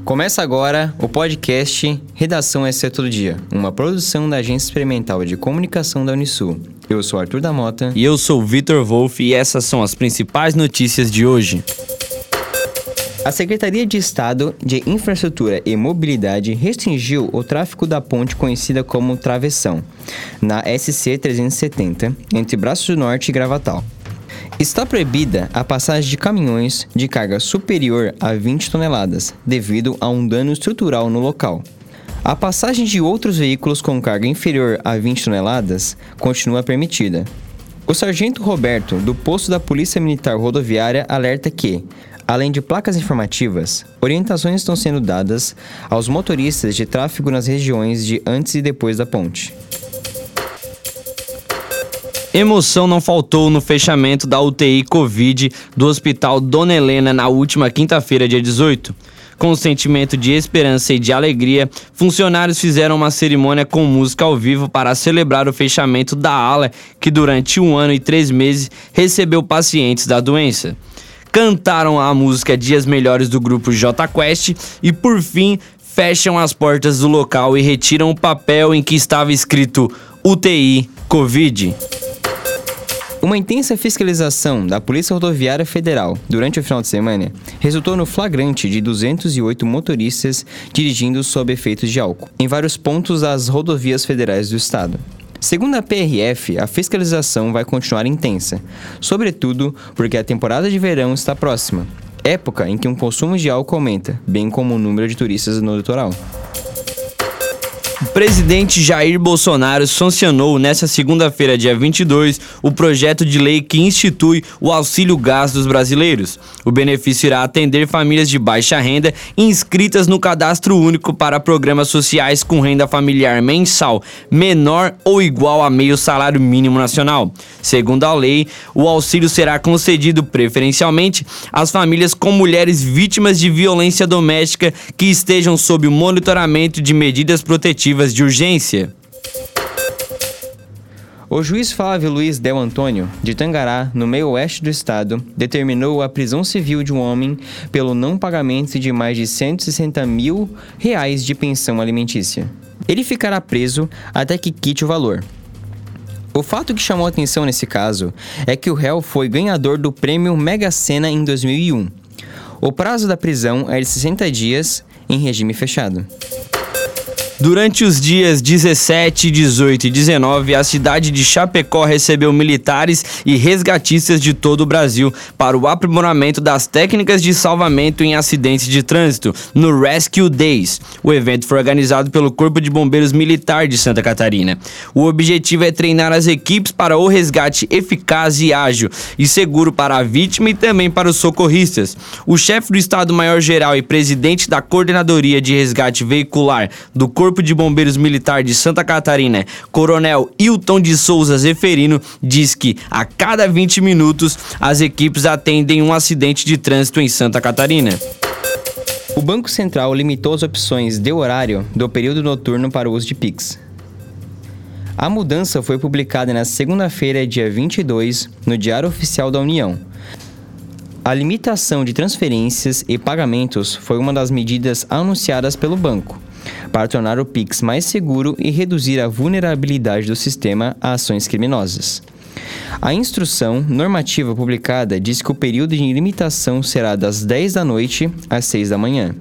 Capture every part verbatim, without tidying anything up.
Começa agora o podcast Redação S C Todo Dia, uma produção da Agência Experimental de Comunicação da Unisul. Eu sou Arthur da Mota. E eu sou Vitor Wolff e essas são as principais notícias de hoje. A Secretaria de Estado de Infraestrutura e Mobilidade restringiu o tráfego da ponte conhecida como Travessão, na S C trezentos e setenta, entre Braço do Norte e Gravatal. Está proibida a passagem de caminhões de carga superior a vinte toneladas, devido a um dano estrutural no local. A passagem de outros veículos com carga inferior a vinte toneladas continua permitida. O sargento Roberto, do posto da Polícia Militar Rodoviária, alerta que, além de placas informativas, orientações estão sendo dadas aos motoristas de tráfego nas regiões de antes e depois da ponte. Emoção não faltou no fechamento da U T I Covid do Hospital Dona Helena na última quinta-feira, dia dezoito. Com um sentimento de esperança e de alegria, funcionários fizeram uma cerimônia com música ao vivo para celebrar o fechamento da ala que durante um ano e três meses recebeu pacientes da doença. Cantaram a música Dias Melhores do grupo J Quest e, por fim, fecham as portas do local e retiram o papel em que estava escrito U T I Covid. Uma intensa fiscalização da Polícia Rodoviária Federal durante o final de semana resultou no flagrante de duzentos e oito motoristas dirigindo sob efeitos de álcool em vários pontos das rodovias federais do estado. Segundo a P R F, a fiscalização vai continuar intensa, sobretudo porque a temporada de verão está próxima, época em que o consumo de álcool aumenta, bem como o número de turistas no litoral. O presidente Jair Bolsonaro sancionou nesta segunda-feira, dia vinte e dois, o projeto de lei que institui o Auxílio Gás dos brasileiros. O benefício irá atender famílias de baixa renda inscritas no Cadastro Único para programas sociais com renda familiar mensal menor ou igual a meio salário mínimo nacional. Segundo a lei, o auxílio será concedido preferencialmente às famílias com mulheres vítimas de violência doméstica que estejam sob o monitoramento de medidas protetivas de urgência. O juiz Flávio Luiz Del Antônio, de Tangará, no meio oeste do estado, determinou a prisão civil de um homem pelo não pagamento de mais de cento e sessenta mil reais de pensão alimentícia. Ele ficará preso até que quite o valor. O fato que chamou a atenção nesse caso é que o réu foi ganhador do prêmio Mega Sena em dois mil e um. O prazo da prisão é de sessenta dias em regime fechado. Durante os dias dezessete, dezoito e dezenove, a cidade de Chapecó recebeu militares e resgatistas de todo o Brasil para o aprimoramento das técnicas de salvamento em acidentes de trânsito, no Rescue Days. O evento foi organizado pelo Corpo de Bombeiros Militar de Santa Catarina. O objetivo é treinar as equipes para o resgate eficaz e ágil e seguro para a vítima e também para os socorristas. O chefe do Estado-Maior-Geral e presidente da Coordenadoria de Resgate Veicular do Corpo Corpo de Bombeiros Militar de Santa Catarina, Coronel Hilton de Souza Zeferino, diz que a cada vinte minutos as equipes atendem um acidente de trânsito em Santa Catarina. O Banco Central limitou as opções de horário do período noturno para o uso de Pix. A mudança foi publicada na segunda-feira, dia vinte e dois, no Diário Oficial da União. A limitação de transferências e pagamentos foi uma das medidas anunciadas pelo banco, para tornar o Pix mais seguro e reduzir a vulnerabilidade do sistema a ações criminosas. A instrução normativa publicada diz que o período de limitação será das dez da noite às seis da manhã.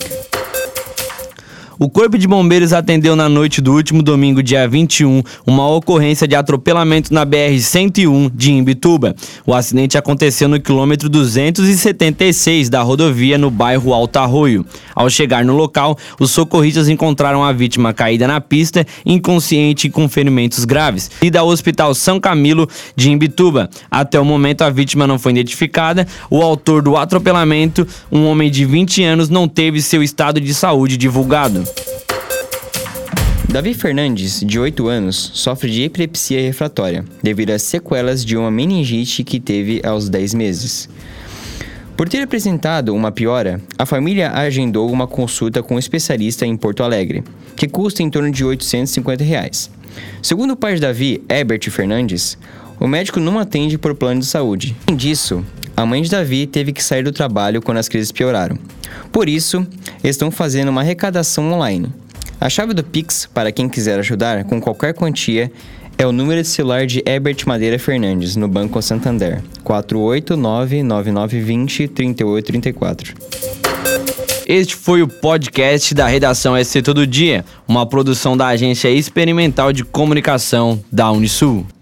O Corpo de Bombeiros atendeu na noite do último domingo, dia vinte e um, uma ocorrência de atropelamento na B R cento e um de Imbituba. O acidente aconteceu no quilômetro duzentos e setenta e seis da rodovia, no bairro Alto Arroio. Ao chegar no local, os socorristas encontraram a vítima caída na pista, inconsciente e com ferimentos graves, e ao Hospital São Camilo de Imbituba. Até o momento, a vítima não foi identificada. O autor do atropelamento, um homem de vinte anos, não teve seu estado de saúde divulgado. Davi Fernandes, de oito anos, sofre de epilepsia refratória, devido às sequelas de uma meningite que teve aos dez meses. Por ter apresentado uma piora, a família agendou uma consulta com um especialista em Porto Alegre, que custa em torno de oitocentos e cinquenta reais. Segundo o pai de Davi, Herbert Fernandes, o médico não atende por plano de saúde. Além disso, A mãe de Davi teve que sair do trabalho quando as crises pioraram. Por isso, estão fazendo uma arrecadação online. A chave do Pix, para quem quiser ajudar com qualquer quantia, é o número de celular de Herbert Madeira Fernandes, no Banco Santander, quatro oito nove, nove nove dois zero, três oito três quatro. Este foi o podcast da Redação S C Todo Dia, uma produção da Agência Experimental de Comunicação da Unisul.